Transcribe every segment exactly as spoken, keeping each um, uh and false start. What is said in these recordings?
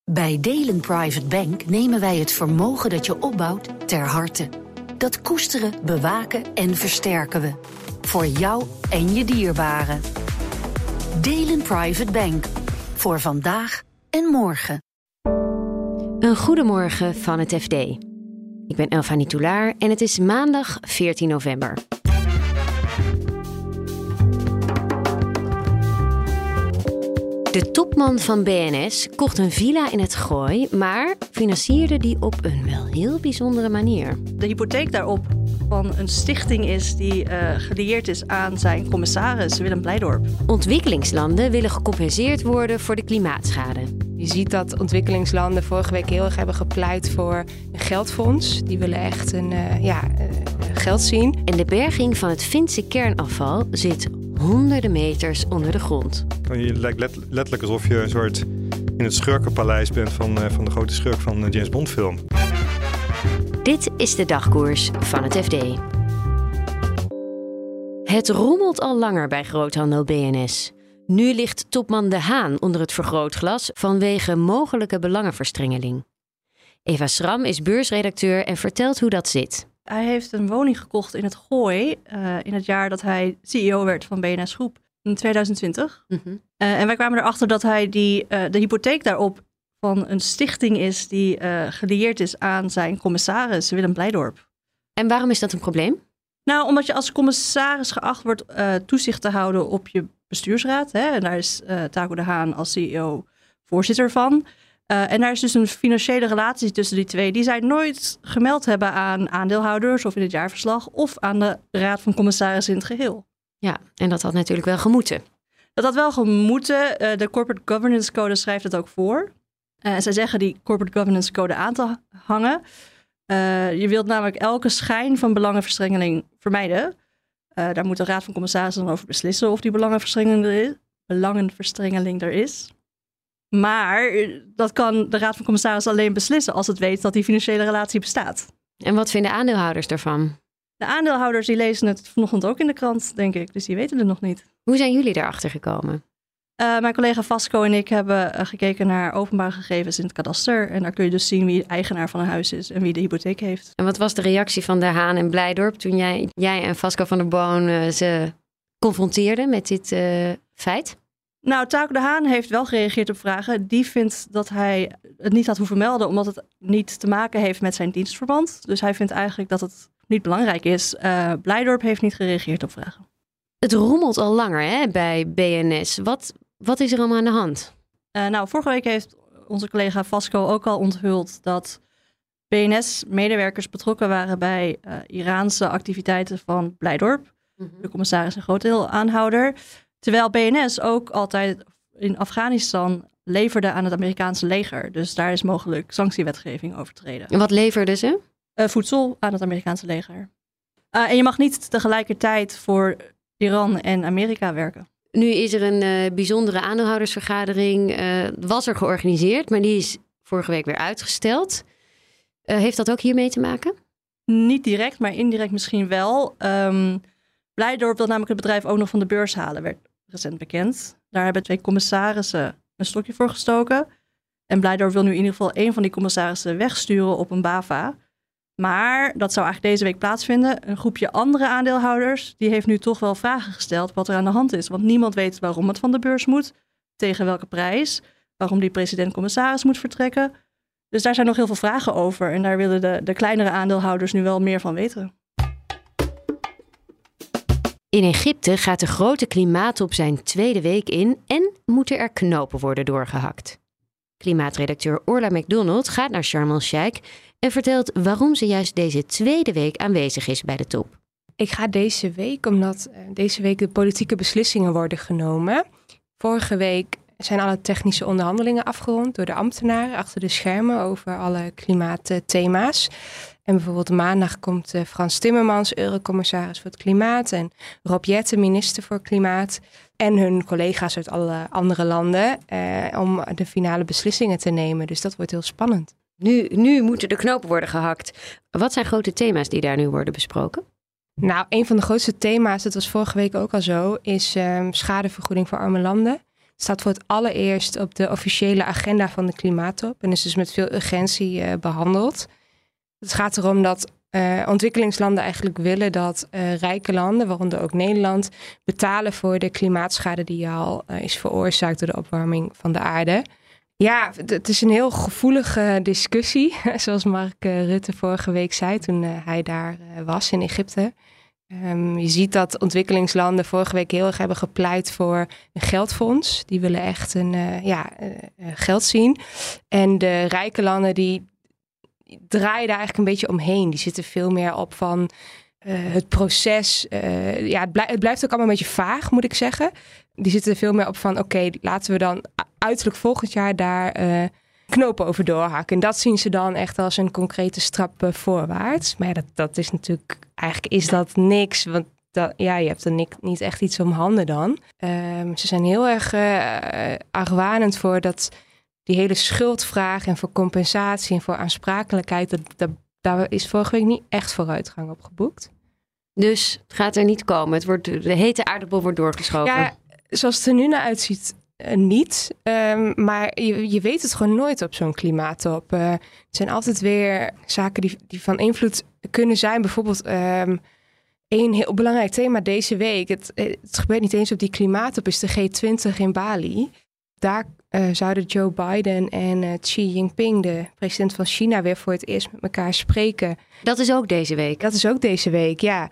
Bij Delen Private Bank nemen wij het vermogen dat je opbouwt ter harte. Dat koesteren, bewaken en versterken we. Voor jou en je dierbaren. Delen Private Bank. Voor vandaag en morgen. Een goedemorgen van het F D. Ik ben Elfanie Toulaar en het is maandag veertien november. De topman van B N S kocht een villa in het Gooi, maar financierde die op een wel heel bijzondere manier. De hypotheek daarop van een stichting is die uh, gelieerd is aan zijn commissaris Willem Blijdorp. Ontwikkelingslanden willen gecompenseerd worden voor de klimaatschade. Je ziet dat ontwikkelingslanden vorige week heel erg hebben gepleit voor een geldfonds. Die willen echt een uh, ja, uh, geld zien. En de berging van het Finse kernafval zit honderden meters onder de grond. Je lijkt let, letterlijk alsof je een soort in het schurkenpaleis bent van, uh, van de grote schurk van de James Bond film. Dit is de dagkoers van het F D. Het rommelt al langer bij groothandel B N S. Nu ligt topman De Haan onder het vergrootglas vanwege mogelijke belangenverstrengeling. Eva Schram is beursredacteur en vertelt hoe dat zit. Hij heeft een woning gekocht in het Gooi uh, in het jaar dat hij C E O werd van B N S Groep in twintig twintig. Mm-hmm. Uh, en wij kwamen erachter dat hij die, uh, de hypotheek daarop van een stichting is die uh, gelieerd is aan zijn commissaris Willem Blijdorp. En waarom is dat een probleem? Nou, omdat je als commissaris geacht wordt uh, toezicht te houden op je bestuursraad. Hè? En daar is uh, Taco De Haan als C E O voorzitter van. Uh, en daar is dus een financiële relatie tussen die twee die zij nooit gemeld hebben aan aandeelhouders of in het jaarverslag of aan de raad van commissarissen in het geheel. Ja, en dat had natuurlijk wel gemoeten. Dat had wel gemoeten. Uh, de Corporate Governance Code schrijft het ook voor. En uh, zij zeggen die Corporate Governance Code aan te hangen. Uh, je wilt namelijk elke schijn van belangenverstrengeling vermijden. Uh, daar moet de raad van commissarissen dan over beslissen of die belangenverstrengeling er is. Belangenverstrengeling er is. Maar dat kan de raad van commissarissen alleen beslissen als het weet dat die financiële relatie bestaat. En wat vinden aandeelhouders daarvan? De aandeelhouders die lezen het vanochtend ook in de krant, denk ik. Dus die weten het nog niet. Hoe zijn jullie daarachter gekomen? Uh, mijn collega Vasco en ik hebben uh, gekeken naar openbare gegevens in het kadaster. En daar kun je dus zien wie eigenaar van een huis is en wie de hypotheek heeft. En wat was de reactie van De Haan en Blijdorp toen jij, jij en Vasco van der Boon uh, ze confronteerden met dit uh, feit? Nou, Taco De Haan heeft wel gereageerd op vragen. Die vindt dat hij het niet had hoeven melden, omdat het niet te maken heeft met zijn dienstverband. Dus hij vindt eigenlijk dat het niet belangrijk is. Uh, Blijdorp heeft niet gereageerd op vragen. Het rommelt al langer hè, bij B N S. Wat, wat is er allemaal aan de hand? Uh, nou, vorige week heeft onze collega Vasco ook al onthuld dat B N S-medewerkers betrokken waren bij uh, Iraanse activiteiten van Blijdorp, mm-hmm. de commissaris en grootdeelaanhouder. Terwijl B N S ook altijd in Afghanistan leverde aan het Amerikaanse leger. Dus daar is mogelijk sanctiewetgeving overtreden. En wat leverden ze? Uh, voedsel aan het Amerikaanse leger. Uh, en je mag niet tegelijkertijd voor Iran en Amerika werken. Nu is er een uh, bijzondere aandeelhoudersvergadering. Uh, was er georganiseerd, maar die is vorige week weer uitgesteld. Uh, heeft dat ook hiermee te maken? Niet direct, maar indirect misschien wel. Um, Blijdorp wil namelijk het bedrijf ook nog van de beurs halen, werd recent bekend. Daar hebben twee commissarissen een stokje voor gestoken. En Blijdorp wil nu in ieder geval één van die commissarissen wegsturen op een BAVA. Maar dat zou eigenlijk deze week plaatsvinden. Een groepje andere aandeelhouders, die heeft nu toch wel vragen gesteld wat er aan de hand is. Want niemand weet waarom het van de beurs moet, tegen welke prijs, waarom die president-commissaris moet vertrekken. Dus daar zijn nog heel veel vragen over. En daar willen de, de kleinere aandeelhouders nu wel meer van weten. In Egypte gaat de grote klimaattop zijn tweede week in en moeten er knopen worden doorgehakt. Klimaatredacteur Orla McDonald gaat naar Sharm el-Sheikh en vertelt waarom ze juist deze tweede week aanwezig is bij de top. Ik ga deze week omdat uh, deze week de politieke beslissingen worden genomen. Vorige week zijn alle technische onderhandelingen afgerond door de ambtenaren achter de schermen over alle klimaatthema's. En bijvoorbeeld maandag komt uh, Frans Timmermans, eurocommissaris voor het klimaat, en Rob Jetten, minister voor klimaat, en hun collega's uit alle andere landen uh, om de finale beslissingen te nemen. Dus dat wordt heel spannend. Nu, nu moeten de knopen worden gehakt. Wat zijn grote thema's die daar nu worden besproken? Nou, een van de grootste thema's, dat was vorige week ook al zo, is um, schadevergoeding voor arme landen. Het staat voor het allereerst op de officiële agenda van de klimaattop en is dus met veel urgentie uh, behandeld. Het gaat erom dat uh, ontwikkelingslanden eigenlijk willen dat uh, rijke landen, waaronder ook Nederland, betalen voor de klimaatschade die al uh, is veroorzaakt door de opwarming van de aarde. Ja, het is een heel gevoelige discussie, zoals Mark uh, Rutte vorige week zei toen uh, hij daar uh, was in Egypte. Um, je ziet dat ontwikkelingslanden vorige week heel erg hebben gepleit voor een geldfonds. Die willen echt een uh, ja, uh, geld zien. En de rijke landen die draaien daar eigenlijk een beetje omheen. Die zitten veel meer op van uh, het proces. Uh, ja, het, blij- het blijft ook allemaal een beetje vaag, moet ik zeggen. Die zitten er veel meer op van oké, okay, laten we dan uiterlijk volgend jaar daar uh, knopen over doorhakken. En dat zien ze dan echt als een concrete stap uh, voorwaarts. Maar ja, dat, dat is natuurlijk, eigenlijk is dat niks. Want dat, ja, je hebt er ni- niet echt iets om handen dan. Um, ze zijn heel erg uh, argwanend voor dat die hele schuldvraag en voor compensatie en voor aansprakelijkheid. Dat, dat, daar is vorige week niet echt vooruitgang op geboekt. Dus het gaat er niet komen. Het wordt, de hete aardappel wordt doorgeschoven. Ja, zoals het er nu naar uitziet, uh, niet. Um, maar je, je weet het gewoon nooit op zo'n klimaattop. Uh, het zijn altijd weer zaken die, die van invloed kunnen zijn. Bijvoorbeeld um, één heel belangrijk thema deze week. Het, het gebeurt niet eens op die klimaattop, is de G twintig in Bali. Daar uh, zouden Joe Biden en uh, Xi Jinping, de president van China, weer voor het eerst met elkaar spreken. Dat is ook deze week. Dat is ook deze week, ja.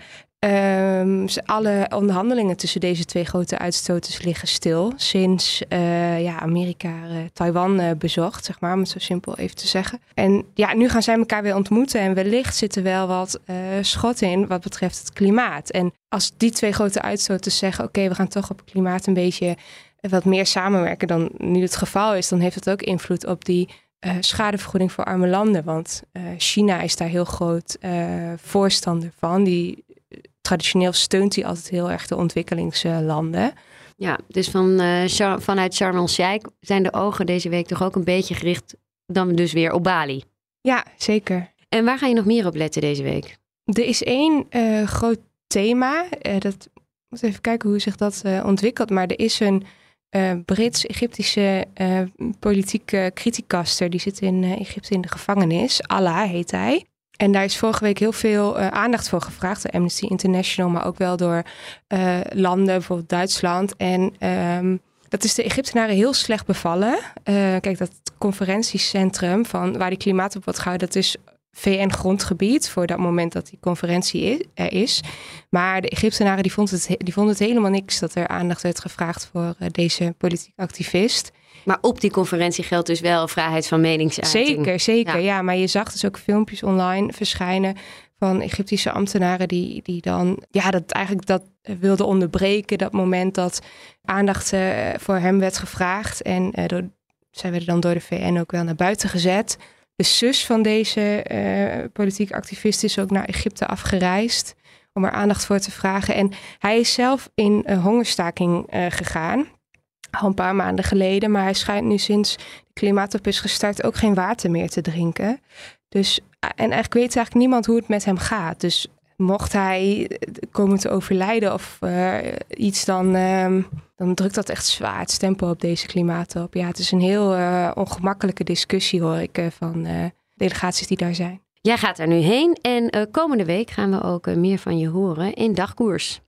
Um, alle onderhandelingen tussen deze twee grote uitstoters liggen stil sinds uh, ja, Amerika uh, Taiwan uh, bezocht, zeg maar, om het zo simpel even te zeggen. En ja, nu gaan zij elkaar weer ontmoeten en wellicht zit er wel wat uh, schot in wat betreft het klimaat. En als die twee grote uitstoters zeggen, oké, okay, we gaan toch op het klimaat een beetje wat meer samenwerken dan nu het geval is, dan heeft het ook invloed op die uh, schadevergoeding voor arme landen. Want uh, China is daar heel groot uh, voorstander van. Die traditioneel steunt hij altijd heel erg de ontwikkelingslanden. Ja, dus van, uh, Char- vanuit Sharm el-Sheikh zijn de ogen deze week toch ook een beetje gericht dan dus weer op Bali. Ja, zeker. En waar ga je nog meer op letten deze week? Er is één uh, groot thema. Uh, dat moet even kijken hoe zich dat uh, ontwikkelt. Maar er is een uh, Brits-Egyptische uh, politieke criticaster. Die zit in uh, Egypte in de gevangenis. Allah heet hij. En daar is vorige week heel veel uh, aandacht voor gevraagd. Door Amnesty International, maar ook wel door uh, landen, bijvoorbeeld Duitsland. En um, dat is de Egyptenaren heel slecht bevallen. Uh, kijk, dat conferentiecentrum van waar die klimaatop wordt gehouden, dat is V N-grondgebied voor dat moment dat die conferentie er is. Maar de Egyptenaren die vonden het, die vonden het helemaal niks dat er aandacht werd gevraagd voor uh, deze politiek activist. Maar op die conferentie geldt dus wel vrijheid van meningsuiting. Zeker, zeker. Ja. Ja, ja, maar je zag dus ook filmpjes online verschijnen van Egyptische ambtenaren die, die dan ja, dat eigenlijk dat wilden onderbreken. Dat moment dat aandacht uh, voor hem werd gevraagd. En uh, door, zij werden dan door de V N ook wel naar buiten gezet. De zus van deze uh, politieke activist is ook naar Egypte afgereisd om er aandacht voor te vragen. En hij is zelf in een hongerstaking uh, gegaan. Al een paar maanden geleden, maar hij schijnt nu sinds de klimaattop is gestart ook geen water meer te drinken. Dus, en eigenlijk weet eigenlijk niemand hoe het met hem gaat. Dus mocht hij komen te overlijden of uh, iets, dan, uh, dan drukt dat echt zwaar het stempel op deze klimaattop. Ja, het is een heel uh, ongemakkelijke discussie, hoor ik, uh, van uh, delegaties die daar zijn. Jij gaat er nu heen en uh, komende week gaan we ook uh, meer van je horen in Dagkoers.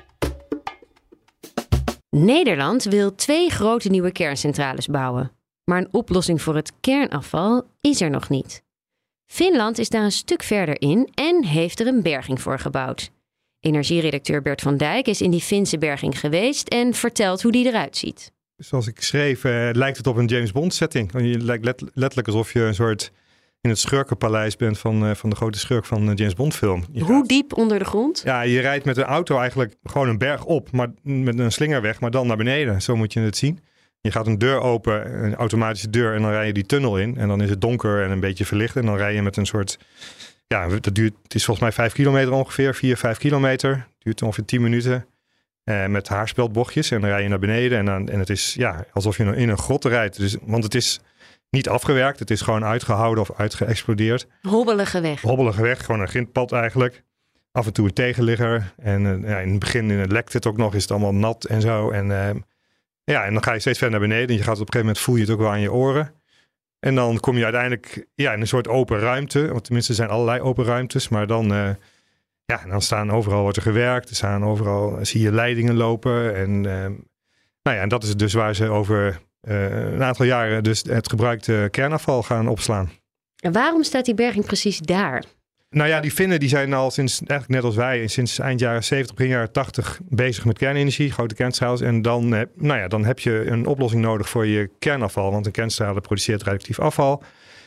Nederland wil twee grote nieuwe kerncentrales bouwen. Maar een oplossing voor het kernafval is er nog niet. Finland is daar een stuk verder in en heeft er een berging voor gebouwd. Energieredacteur Bert van Dijk is in die Finse berging geweest en vertelt hoe die eruit ziet. Zoals ik schreef, uh, lijkt het op een James Bond setting. Je lijkt let- letterlijk alsof je een soort in het schurkenpaleis bent van, uh, van de grote schurk van de James Bond film. Je Hoe gaat, diep onder de grond? Ja, je rijdt met een auto eigenlijk gewoon een berg op, maar met een slingerweg, maar dan naar beneden. Zo moet je het zien. Je gaat een deur open, een automatische deur, en dan rij je die tunnel in. En dan is het donker en een beetje verlicht. En dan rij je met een soort, ja, dat duurt, het is volgens mij vijf kilometer ongeveer, vier, vijf kilometer. Het duurt ongeveer tien minuten. Uh, met haarspeldbochtjes. En dan rij je naar beneden. En, dan, en het is ja, alsof je in een grot rijdt. Dus, want het is niet afgewerkt. Het is gewoon uitgehouden of uitgeëxplodeerd. Hobbelige weg. Hobbelige weg, gewoon een grindpad eigenlijk. Af en toe een tegenligger. En uh, ja, in het begin uh, lekt het ook nog, is het allemaal nat en zo. En uh, Ja, en dan ga je steeds verder naar beneden. En je gaat op een gegeven moment, voel je het ook wel aan je oren. En dan kom je uiteindelijk ja, in een soort open ruimte. Want tenminste, er zijn allerlei open ruimtes. Maar dan, uh, ja, dan staan overal wordt er gewerkt. Er staan overal, zie je leidingen lopen. En, uh, nou ja, en dat is dus waar ze over uh, een aantal jaren dus het gebruikte kernafval gaan opslaan. En waarom staat die berging precies daar? Nou ja, die Finnen die zijn al sinds, eigenlijk net als wij, sinds eind jaren zeventig, begin jaren tachtig bezig met kernenergie, grote kerncentrales. En dan, heb, nou ja, dan heb je een oplossing nodig voor je kernafval, want een kerncentrale produceert radioactief afval.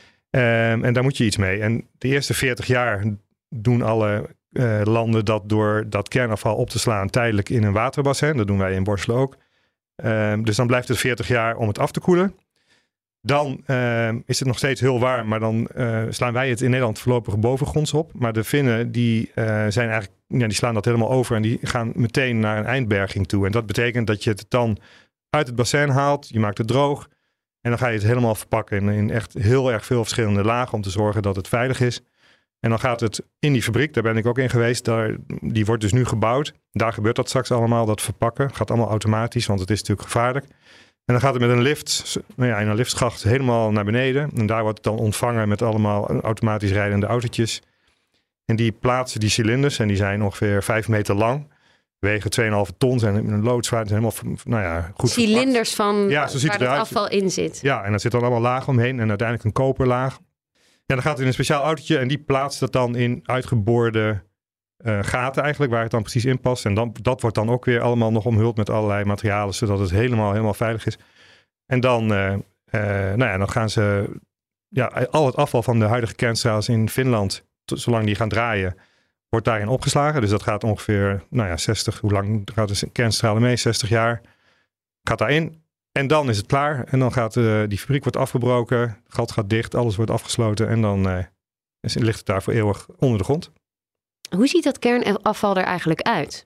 Um, en daar moet je iets mee. En de eerste veertig jaar doen alle uh, landen dat door dat kernafval op te slaan tijdelijk in een waterbassin. Dat doen wij in Borselen ook. Um, dus dan blijft het veertig jaar om het af te koelen. Dan uh, is het nog steeds heel warm, maar dan uh, slaan wij het in Nederland voorlopig bovengronds op. Maar de Finnen die, uh, zijn eigenlijk, ja, die slaan dat helemaal over en die gaan meteen naar een eindberging toe. En dat betekent dat je het dan uit het bassin haalt, je maakt het droog en dan ga je het helemaal verpakken in, in echt heel erg veel verschillende lagen om te zorgen dat het veilig is. En dan gaat het in die fabriek, daar ben ik ook in geweest, daar, die wordt dus nu gebouwd. Daar gebeurt dat straks allemaal, dat verpakken. Gaat allemaal automatisch, want het is natuurlijk gevaarlijk. En dan gaat het met een lift, nou ja, in een liftschacht helemaal naar beneden. En daar wordt het dan ontvangen met allemaal automatisch rijdende autootjes. En die plaatsen die cilinders, en die zijn ongeveer vijf meter lang. Wegen twee komma vijf ton, zijn een loodzwaar, zijn helemaal, nou ja, goed cilinders verpakt. Van ja, zo ziet waar het het eruit. afval in zit. Ja, en er zit dan allemaal lagen omheen en uiteindelijk een koperlaag. Ja, dan gaat het in een speciaal autootje en die plaatst dat dan in uitgeboorde uh, gaten eigenlijk, waar het dan precies in past. En dan, dat wordt dan ook weer allemaal nog omhuld met allerlei materialen, zodat het helemaal, helemaal veilig is. En dan, uh, uh, nou ja, dan gaan ze ja, al het afval van de huidige kerncentrales in Finland, t- zolang die gaan draaien, wordt daarin opgeslagen. Dus dat gaat ongeveer, nou ja, zestig, hoe lang gaat de kerncentrale mee? zestig jaar. Gaat daarin. En dan is het klaar. En dan gaat uh, die fabriek wordt afgebroken, het gat gaat dicht, alles wordt afgesloten. En dan uh, ligt het daar voor eeuwig onder de grond. Hoe ziet dat kernafval er eigenlijk uit?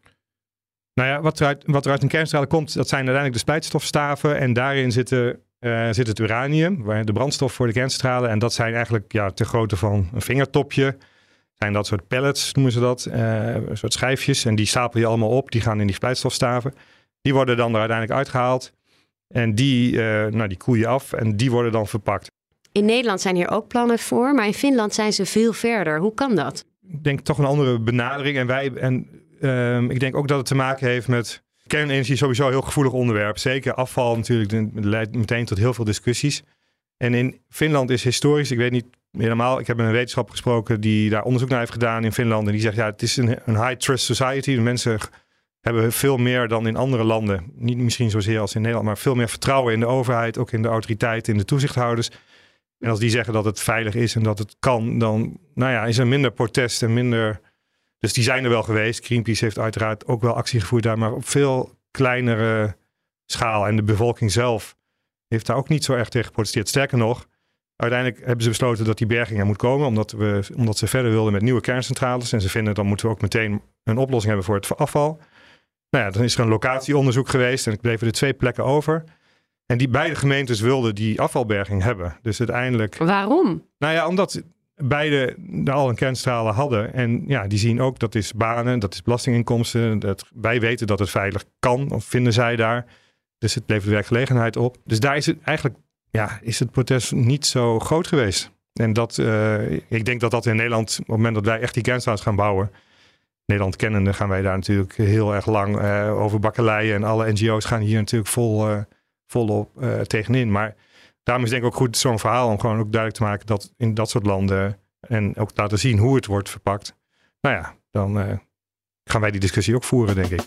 Nou ja, wat er, uit, wat er uit een kerncentrale komt, dat zijn uiteindelijk de splijtstofstaven. En daarin zitten, uh, zit het uranium, waar de brandstof voor de kerncentrale. En dat zijn eigenlijk ja, ter grootte van een vingertopje. Zijn dat soort pellets, noemen ze dat. Uh, een soort schijfjes. En die stapel je allemaal op. Die gaan in die splijtstofstaven. Die worden dan er uiteindelijk uitgehaald. En die, uh, nou, die koel je af. En die worden dan verpakt. In Nederland zijn hier ook plannen voor. Maar in Finland zijn ze veel verder. Hoe kan dat? Ik denk toch een andere benadering. En wij... En, uh, ik denk ook dat het te maken heeft met... Kernenergie is sowieso een heel gevoelig onderwerp. Zeker afval natuurlijk leidt meteen tot heel veel discussies. En in Finland is historisch, ik weet niet helemaal, ik heb met een wetenschapper gesproken die daar onderzoek naar heeft gedaan in Finland. En die zegt, ja, het is een, een high trust society. De mensen hebben veel meer dan in andere landen, niet misschien zozeer als in Nederland, maar veel meer vertrouwen in de overheid, ook in de autoriteiten, in de toezichthouders. En als die zeggen dat het veilig is en dat het kan, dan nou ja, is er minder protest en minder... Dus die zijn er wel geweest. Greenpeace heeft uiteraard ook wel actie gevoerd daar, maar op veel kleinere schaal. En de bevolking zelf heeft daar ook niet zo erg tegen geprotesteerd. Sterker nog, uiteindelijk hebben ze besloten dat die berging er moet komen, omdat, we, omdat ze verder wilden met nieuwe kerncentrales. En ze vinden, dan moeten we ook meteen een oplossing hebben voor het afval. Nou ja, dan is er een locatieonderzoek geweest en er bleven er twee plekken over. En die beide gemeentes wilden die afvalberging hebben. Dus uiteindelijk... Waarom? Nou ja, omdat beide al een kerncentrale hadden. En ja, die zien ook, dat is banen, dat is belastinginkomsten. Dat, wij weten dat het veilig kan, of vinden zij daar. Dus het levert werkgelegenheid op. Dus daar is het eigenlijk, ja, is het protest niet zo groot geweest. En dat, uh, ik denk dat dat in Nederland, op het moment dat wij echt die kerncentrales gaan bouwen, Nederland kennende, gaan wij daar natuurlijk heel erg lang uh, over bakkeleien. En alle N G O's gaan hier natuurlijk vol, uh, volop uh, tegenin. Maar daarom is denk ik ook goed zo'n verhaal om gewoon ook duidelijk te maken dat in dat soort landen en ook laten zien hoe het wordt verpakt. Nou ja, dan uh, gaan wij die discussie ook voeren, denk ik.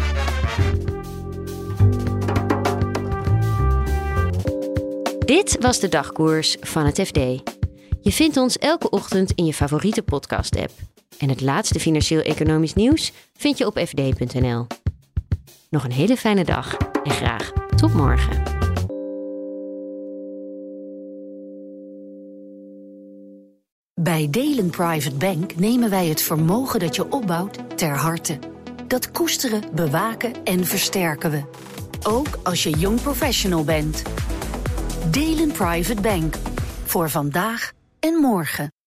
Dit was de dagkoers van het F D. Je vindt ons elke ochtend in je favoriete podcast-app. En het laatste financieel-economisch nieuws vind je op f d punt n l. Nog een hele fijne dag en graag tot morgen. Bij Delen Private Bank nemen wij het vermogen dat je opbouwt ter harte. Dat koesteren, bewaken en versterken we. Ook als je jong professional bent. Delen Private Bank. Voor vandaag en morgen.